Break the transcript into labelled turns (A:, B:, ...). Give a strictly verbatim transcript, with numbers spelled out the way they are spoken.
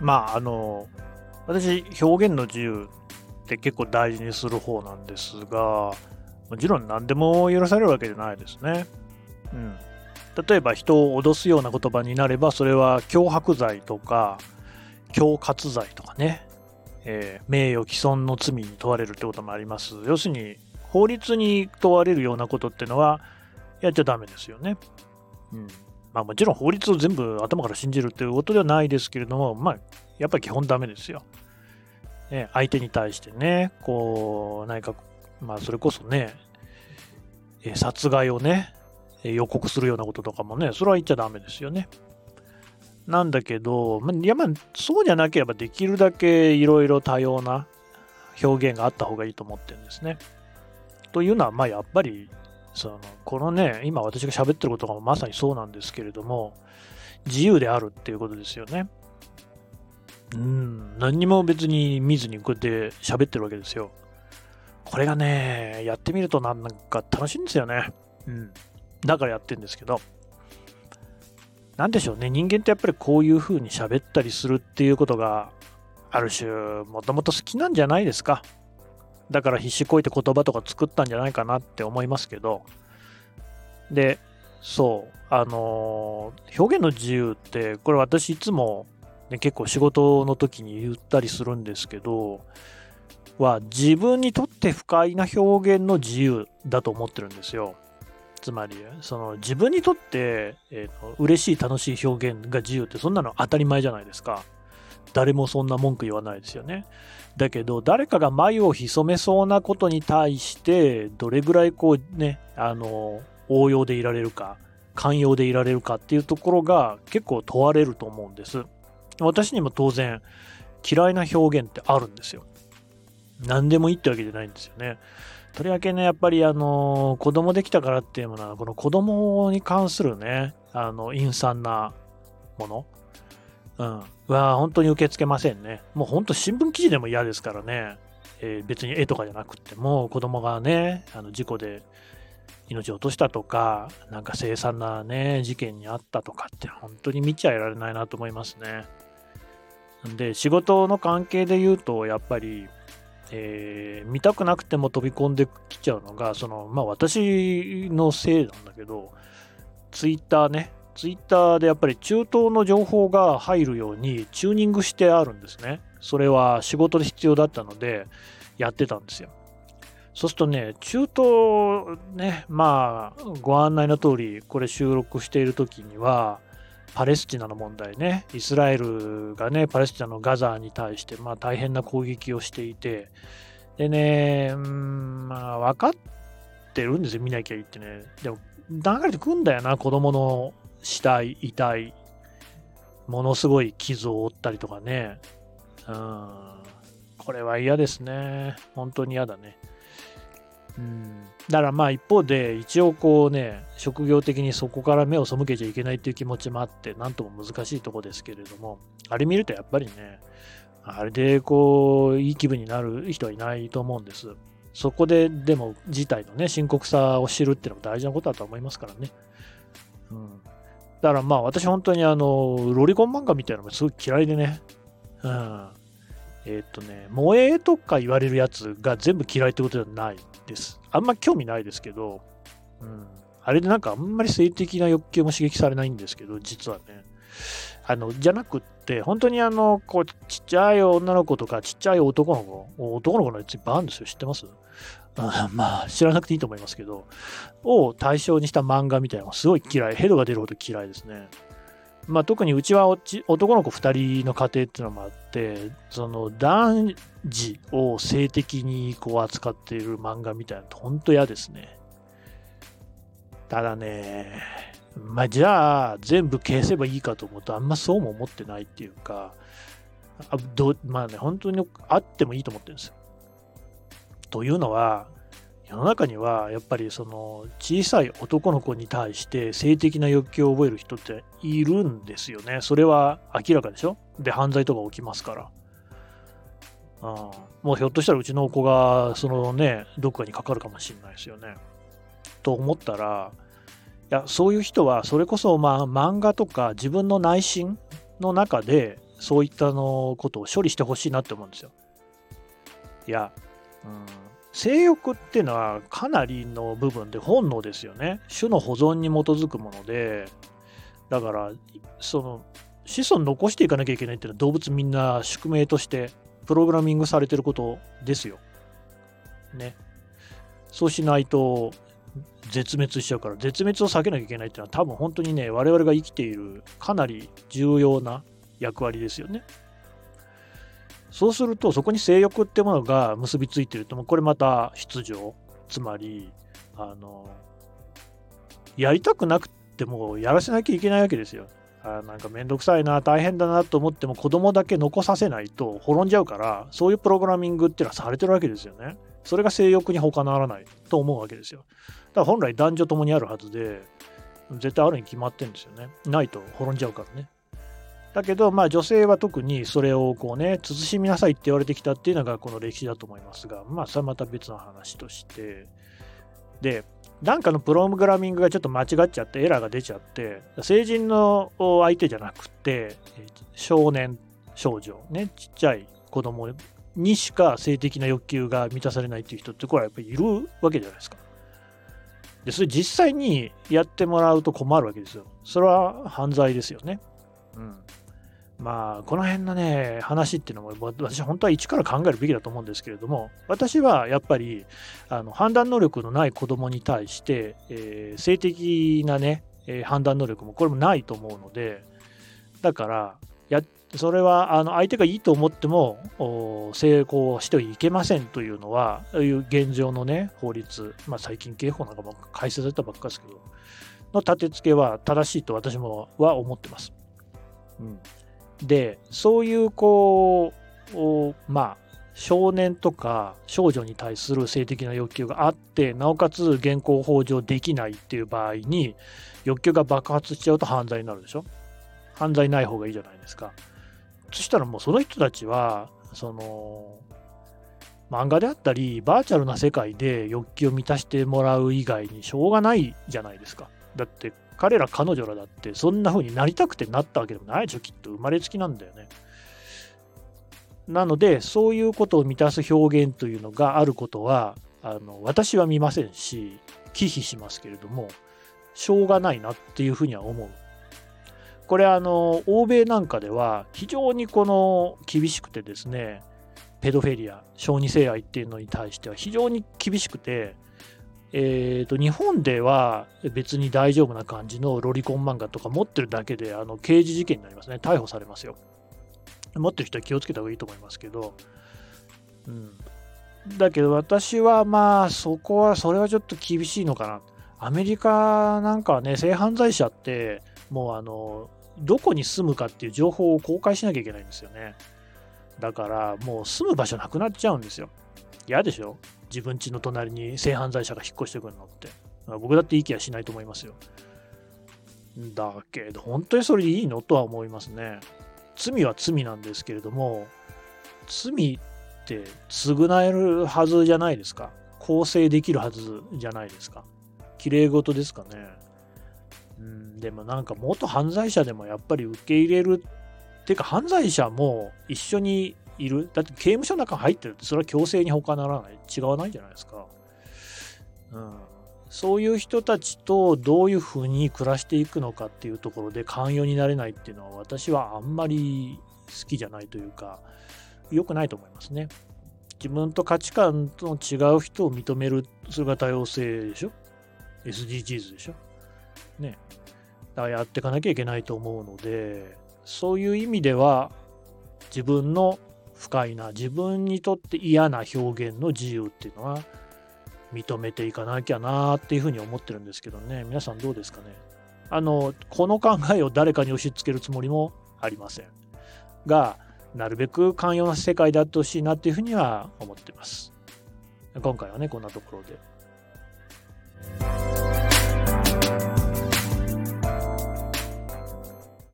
A: まああの私表現の自由って結構大事にする方なんですが、もちろん何でも許されるわけじゃないですね。うん。例えば人を脅すような言葉になれば、それは脅迫罪とか恐喝罪とかね、えー名誉毀損の罪に問われるってこともあります。要するに法律に問われるようなことってのはやっちゃダメですよね。うん。まあもちろん法律を全部頭から信じるっていうことではないですけれども、まあやっぱり基本ダメですよ。ね、相手に対してね、こう、何か、まあそれこそね、え殺害をね、予告するようなこととかもね、それは言っちゃダメですよね。なんだけど、まいやまあそうじゃなければできるだけいろいろ多様な表現があった方がいいと思ってるんですね。というのは、まあやっぱり、その、このね、今私が喋ってることがまさにそうなんですけれども、自由であるっていうことですよね。うん、何にも別に見ずにこうやって喋ってるわけですよ。これがね、やってみるとなんか楽しいんですよね。うん。だからやってるんですけど、なんでしょうね、人間ってやっぱりこういう風に喋ったりするっていうことが、ある種、もともと好きなんじゃないですか。だから必死こいて言葉とか作ったんじゃないかなって思いますけど、で、そう、あのー表現の自由って、これ私いつも、ね、結構仕事の時に言ったりするんですけど、は自分にとって不快な表現の自由だと思ってるんですよ。つまり、その自分にとって、えーと嬉しい楽しい表現が自由ってそんなの当たり前じゃないですか。誰もそんな文句言わないですよね。だけど誰かが眉を潜めそうなことに対してどれぐらいこうね、あの応用でいられるか寛容でいられるかっていうところが結構問われると思うんです。私にも当然嫌いな表現ってあるんですよ。何でもいいってわけじゃないんですよね。とりわけね、やっぱりあの子供できたからっていうものはこの子供に関するね、あの陰惨なもの、うん、は本当に受け付けませんね。もう本当新聞記事でも嫌ですからね。えー別に絵とかじゃなくても子供がね、あの事故で命を落としたとか、なんか凄惨なね事件にあったとかって本当に見ちゃいられないなと思いますね。で、仕事の関係で言うとやっぱり、えー見たくなくても飛び込んできちゃうのが、そのまあ私のせいなんだけど、ツイッターね、ツイッターでやっぱり中東の情報が入るようにチューニングしてあるんですね。それは仕事で必要だったのでやってたんですよ。そうするとね、中東ね、まあご案内の通り、これ収録している時には、パレスチナの問題ね、イスラエルがね、パレスチナのガザに対して、まあ、大変な攻撃をしていて、でね、うーん、まあ、分かってるんですよ、見なきゃいいってね。でも、流れてくんだよな、子供の死体、遺体、ものすごい傷を負ったりとかね。うん、これは嫌ですね。本当に嫌だね。うん、だからまあ一方で一応こうね、職業的にそこから目を背けちゃいけないっていう気持ちもあって、なんとも難しいとこですけれども、あれ見るとやっぱりね、あれでこういい気分になる人はいないと思うんです。そこででも事態のね、深刻さを知るっていうのも大事なことだと思いますからね。うん、だからまあ私本当にあのロリコン漫画みたいなのもすごい嫌いでね、うん、えーっとね、萌えとか言われるやつが全部嫌いってことじゃないです。あんま興味ないですけど、うん。あれでなんかあんまり性的な欲求も刺激されないんですけど、実はね。あの、じゃなくって、本当にあの、こう、ちっちゃい女の子とか、ちっちゃい男の子、男の子のやついっぱいあるんですよ。知ってます？あまあ、知らなくていいと思いますけど、を対象にした漫画みたいなのがすごい嫌い。ヘドが出るほど嫌いですね。まあ、特にうちはおち男の子ふたりの家庭っていうのもあって、その男児を性的にこう扱っている漫画みたいなの本当嫌ですね。ただね、まあじゃあ全部消せばいいかと思うとあんまそうも思ってないっていうか、あどまあね、本当にあってもいいと思ってるんですよ。というのは、世の中にはやっぱりその小さい男の子に対して性的な欲求を覚える人っているんですよね。それは明らかでしょ。で、犯罪とか起きますから。うん、もうひょっとしたらうちの子がそのね、どっかにかかるかもしれないですよね。と思ったら、いや、そういう人はそれこそまあ漫画とか自分の内心の中でそういったのことを処理してほしいなって思うんですよ。いや、うん、性欲っていうのはかなりの部分で本能ですよね。種の保存に基づくもので、だからその子孫残していかなきゃいけないっていうのは動物みんな宿命としてプログラミングされてることですよ。ね。そうしないと絶滅しちゃうから、絶滅を避けなきゃいけないっていうのは多分本当にね、我々が生きているかなり重要な役割ですよね。そうするとそこに性欲ってものが結びついてると、もうこれまた必要、つまりあのやりたくなくてもやらせなきゃいけないわけですよ。あなんかめんどくさいな、大変だなと思っても子供だけ残させないと滅んじゃうから、そういうプログラミングっていうのはされてるわけですよね。それが性欲に他ならないと思うわけですよ。だから本来男女ともにあるはずで、絶対あるに決まってるんですよね。ないと滅んじゃうからね。だけど、まあ女性は特にそれをこうね、慎みなさいって言われてきたっていうのがこの歴史だと思いますが、まあそれはまた別の話として、で、なんかのプログラミングがちょっと間違っちゃってエラーが出ちゃって、成人の相手じゃなくて、少年、少女、ね、ちっちゃい子供にしか性的な欲求が満たされないっていう人って、これはやっぱりいるわけじゃないですか。で、それ実際にやってもらうと困るわけですよ。それは犯罪ですよね。うん。まあ、この辺のね、話っていうのも、私、本当は一から考えるべきだと思うんですけれども、私はやっぱり、あの判断能力のない子供に対して、えー性的なね、えー判断能力もこれもないと思うので、だから、やそれはあの相手がいいと思ってもお成功してはいけませんというのは、そういう現状のね、法律、まあ、最近刑法なんかも改正されたばっかですけど、の立て付けは正しいと私もは思ってます。うん、で、そういうこう、まあ、少年とか少女に対する性的な欲求があって、なおかつ現行法上できないっていう場合に、欲求が爆発しちゃうと犯罪になるでしょ。犯罪ない方がいいじゃないですか。そしたらもうその人たちは、その、漫画であったり、バーチャルな世界で欲求を満たしてもらう以外にしょうがないじゃないですか。だって彼ら彼女らだってそんな風になりたくてなったわけでもないでしょ、きっと。生まれつきなんだよね。なので、そういうことを満たす表現というのがあることは、あの私は見ませんし、忌避しますけれども、しょうがないなっていうふうには思う。これあの欧米なんかでは非常にこの厳しくてですね、ペドフェリア、小児性愛っていうのに対しては非常に厳しくて、えー、と日本では別に大丈夫な感じのロリコン漫画とか持ってるだけであの刑事事件になりますね。逮捕されますよ。持ってる人は気をつけた方がいいと思いますけど、うん、だけど私はまあそこはそれはちょっと厳しいのかな。アメリカなんかはね、性犯罪者ってもうあのどこに住むかっていう情報を公開しなきゃいけないんですよね。だからもう住む場所なくなっちゃうんですよ。嫌でしょ、自分家の隣に性犯罪者が引っ越してくるのって。僕だっていい気はしないと思いますよ。だけど本当にそれでいいのとは思いますね。罪は罪なんですけれども、罪って償えるはずじゃないですか。更生できるはずじゃないですか。綺麗事ですかね。うん、でもなんか元犯罪者でもやっぱり受け入れるっていうか、犯罪者も一緒にいる。だって刑務所の中に入ってるって、それは強制に他ならない。違わないじゃないですか。うん。そういう人たちとどういうふうに暮らしていくのかっていうところで寛容になれないっていうのは、私はあんまり好きじゃないというか、良くないと思いますね。自分と価値観と違う人を認める、それが多様性でしょ。エスディージーズ でしょ。ね。だからやっていかなきゃいけないと思うので、そういう意味では自分の不快な、自分にとって嫌な表現の自由っていうのは認めていかなきゃなっていうふうに思ってるんですけどね。皆さんどうですかね。あのこの考えを誰かに押し付けるつもりもありませんが、なるべく寛容な世界であってほしいなっていうふうには思ってます。今回はね、こんなところで。